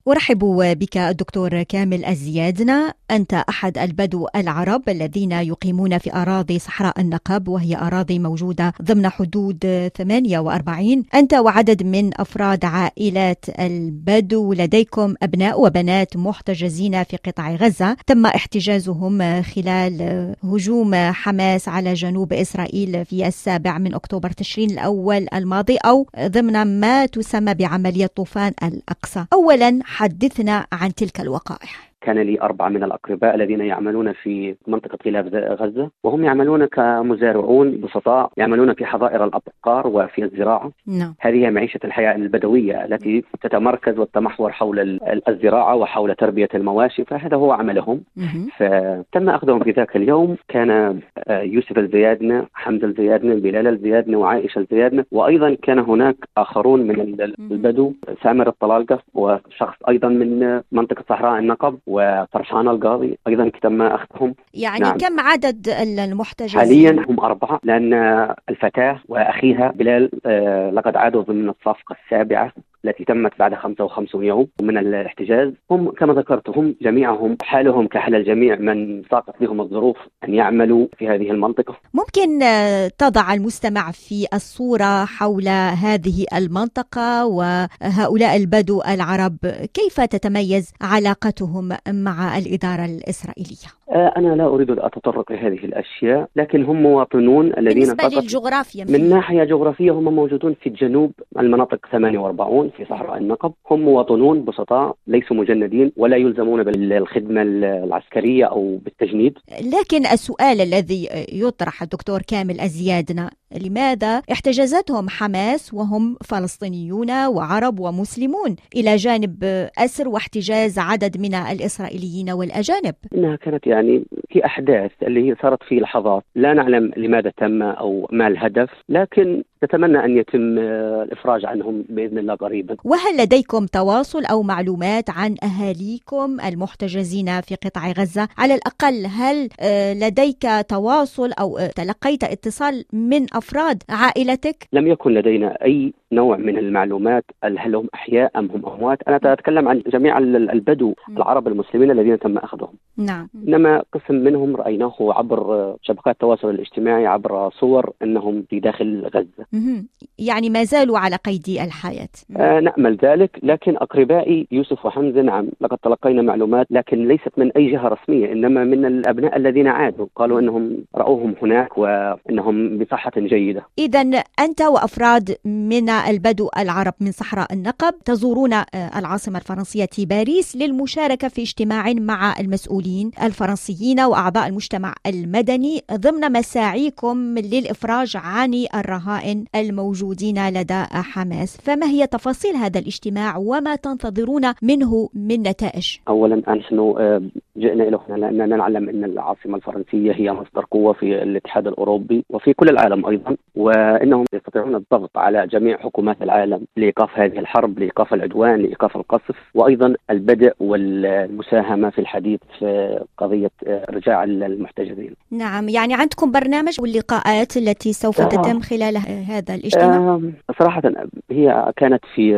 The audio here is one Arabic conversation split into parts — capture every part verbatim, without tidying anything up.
أرحب بك الدكتور كامل الزيادنة. أنت أحد البدو العرب الذين يقيمون في أراضي صحراء النقب، وهي أراضي موجودة ضمن حدود ثمانية وأربعين. أنت وعدد من أفراد عائلات البدو لديكم أبناء وبنات محتجزين في قطاع غزة، تم احتجازهم خلال هجوم حماس على جنوب إسرائيل في السابع من أكتوبر تشرين الأول الماضي، أو ضمن ما تسمى بعملية طوفان الأقصى. أولا حدثنا عن تلك الوقائع. كان لي أربعة من الأقرباء الذين يعملون في منطقة غلاف غزة، وهم يعملون كمزارعون بسطاء، يعملون في حظائر الأبقار وفي الزراعة. no. هذه معيشة الحياة البدوية التي تتمركز وتتمحور حول الزراعة وحول تربية المواشي، فهذا هو عملهم. mm-hmm. فتم أخذهم في ذاك اليوم. كان يوسف الزيادنة، حمزة الزيادنة، بلال الزيادنة، وعائشة الزيادنة، وأيضا كان هناك آخرون من البدو، سامر الطلالقة، وشخص أيضا من منطقة صحراء النقب، وفرحان القاضي أيضا تم أخذهم. يعني نعم. كم عدد المحتجزين؟ حاليا هم أربعة، لأن الفتاة وأخيها بلال آه لقد عادوا ضمن الصفقة السابعة التي تمت بعد خمسة وخمسين يوم من الاحتجاز. هم كما ذكرت هم جميعهم حالهم كحال الجميع من ساقت بهم الظروف أن يعملوا في هذه المنطقة. ممكن تضع المستمع في الصورة حول هذه المنطقة وهؤلاء البدو العرب، كيف تتميز علاقتهم مع الإدارة الإسرائيلية؟ أنا لا أريد أن أتطرق لهذه الأشياء، لكن هم مواطنون الذين بالنسبة للجغرافيا من ناحية جغرافية هم موجودون في الجنوب المناطق ثمانية وأربعين في صحراء النقب. هم مواطنون بسطاء ليسوا مجندين ولا يلزمون بالخدمة العسكرية أو بالتجنيد. لكن السؤال الذي يطرح الدكتور كامل الزيادنة، لماذا احتجزتهم حماس وهم فلسطينيون وعرب ومسلمون إلى جانب أسر واحتجاز عدد من الإسرائيليين والأجانب؟ إنها كانت يعني في أحداث اللي هي صارت في لحظات، لا نعلم لماذا تم أو ما الهدف، لكن نتمنى أن يتم الإفراج عنهم بإذن الله قريبا. وهل لديكم تواصل أو معلومات عن أهاليكم المحتجزين في قطاع غزة؟ على الأقل هل لديك تواصل أو تلقيت اتصال من أفراد عائلتك؟ لم يكن لدينا أي نوع من المعلومات هل هم أحياء أم هم أموات. أنا أتكلم عن جميع البدو العرب المسلمين الذين تم أخذهم. نعم. إنما قسم منهم رأيناه عبر شبكات التواصل الاجتماعي، عبر صور أنهم في داخل غزة. يعني ما زالوا على قيد الحياة. آه نأمل ذلك، لكن أقربائي يوسف وحمزة نعم لقد تلقينا معلومات، لكن ليست من أي جهة رسمية، إنما من الأبناء الذين عادوا قالوا أنهم رأوهم هناك وأنهم بصحة جيدة. إذن أنت وأفراد من البدو العرب من صحراء النقب تزورون العاصمة الفرنسية باريس للمشاركة في اجتماع مع المسؤولين الفرنسيين وأعضاء المجتمع المدني ضمن مساعيكم للإفراج عن الرهائن الموجودين لدى حماس. فما هي تفاصيل هذا الاجتماع وما تنتظرون منه من نتائج؟ أولا نحن جئنا إلى هنا لأننا نعلم أن العاصمة الفرنسية هي مصدر قوة في الاتحاد الأوروبي وفي كل العالم أيضا، وإنهم يستطيعون الضغط على جميع حكومات العالم لإيقاف هذه الحرب، لإيقاف العدوان، لإيقاف القصف، وأيضا البدء والمساهمة في الحديث في قضية رجاع المحتجزين. نعم، يعني عندكم برنامج واللقاءات التي سوف تتم خلال هذا الاجتماع؟ صراحة هي كانت في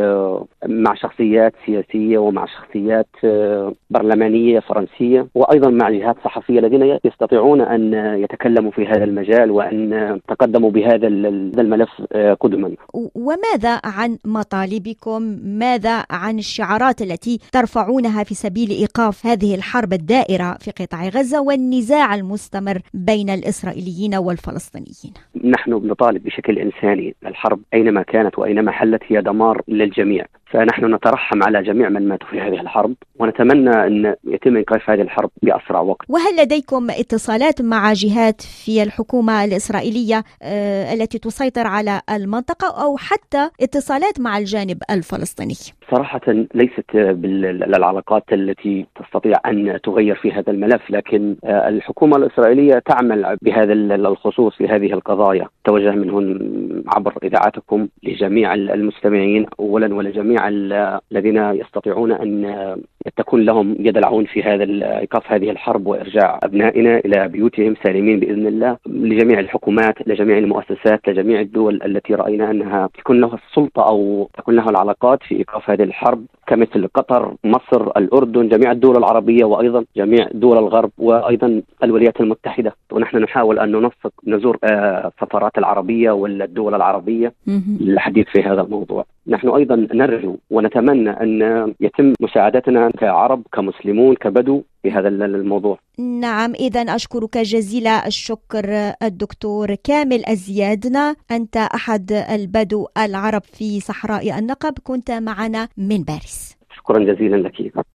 مع شخصيات سياسية ومع شخصيات برلمانية فرنسية، وأيضا مع جهات صحفية الذين يستطيعون أن يتكلموا في هذا المجال وأن تقدموا بهذا الملف قدما. وماذا عن مطالبكم؟ ماذا عن الشعارات التي ترفعونها في سبيل إيقاف هذه الحرب الدائرة في قطاع غزة والنزاع المستمر بين الإسرائيليين والفلسطينيين؟ نحن نطالب بشكل إنساني. الحرب أينما كانت وأينما حلت هي دمار للجميع، فنحن نترحم على جميع من ماتوا في هذه الحرب ونتمنى أن يتم إيقاف هذه الحرب بأسرع وقت. وهل لديكم اتصالات مع جهات في الحكومة الإسرائيلية آه التي تسيطر على المنطقة أو حتى اتصالات مع الجانب الفلسطيني؟ صراحة ليست بالعلاقات التي تستطيع أن تغير في هذا الملف، لكن الحكومة الإسرائيلية تعمل بهذا الخصوص في هذه القضايا. توجه منهم عبر إذاعتكم لجميع المستمعين أولا ولجميع الذين يستطيعون أن تكون لهم يد العون في هذا إيقاف هذه الحرب وإرجاع أبنائنا إلى بيوتهم سالمين بإذن الله. لجميع الحكومات، لجميع المؤسسات، لجميع الدول التي رأينا أنها تكون لها السلطة أو تكون لها العلاقات في إيقاف هذه الحرب، كمثل قطر، مصر، الأردن، جميع الدول العربية، وأيضا جميع دول الغرب، وأيضا الولايات المتحدة. ونحن نحاول أن ننسق نزور السفارات العربية والدول العربية للحديث في هذا الموضوع. نحن أيضا نرجو ونتمنى أن يتم مساعدتنا كعرب، كمسلمون، كبدو في هذا الموضوع. نعم، إذن أشكرك جزيل الشكر الدكتور كامل الزيادنة، أنت أحد البدو العرب في صحراء النقب، كنت معنا من باريس. شكرا جزيلا لك.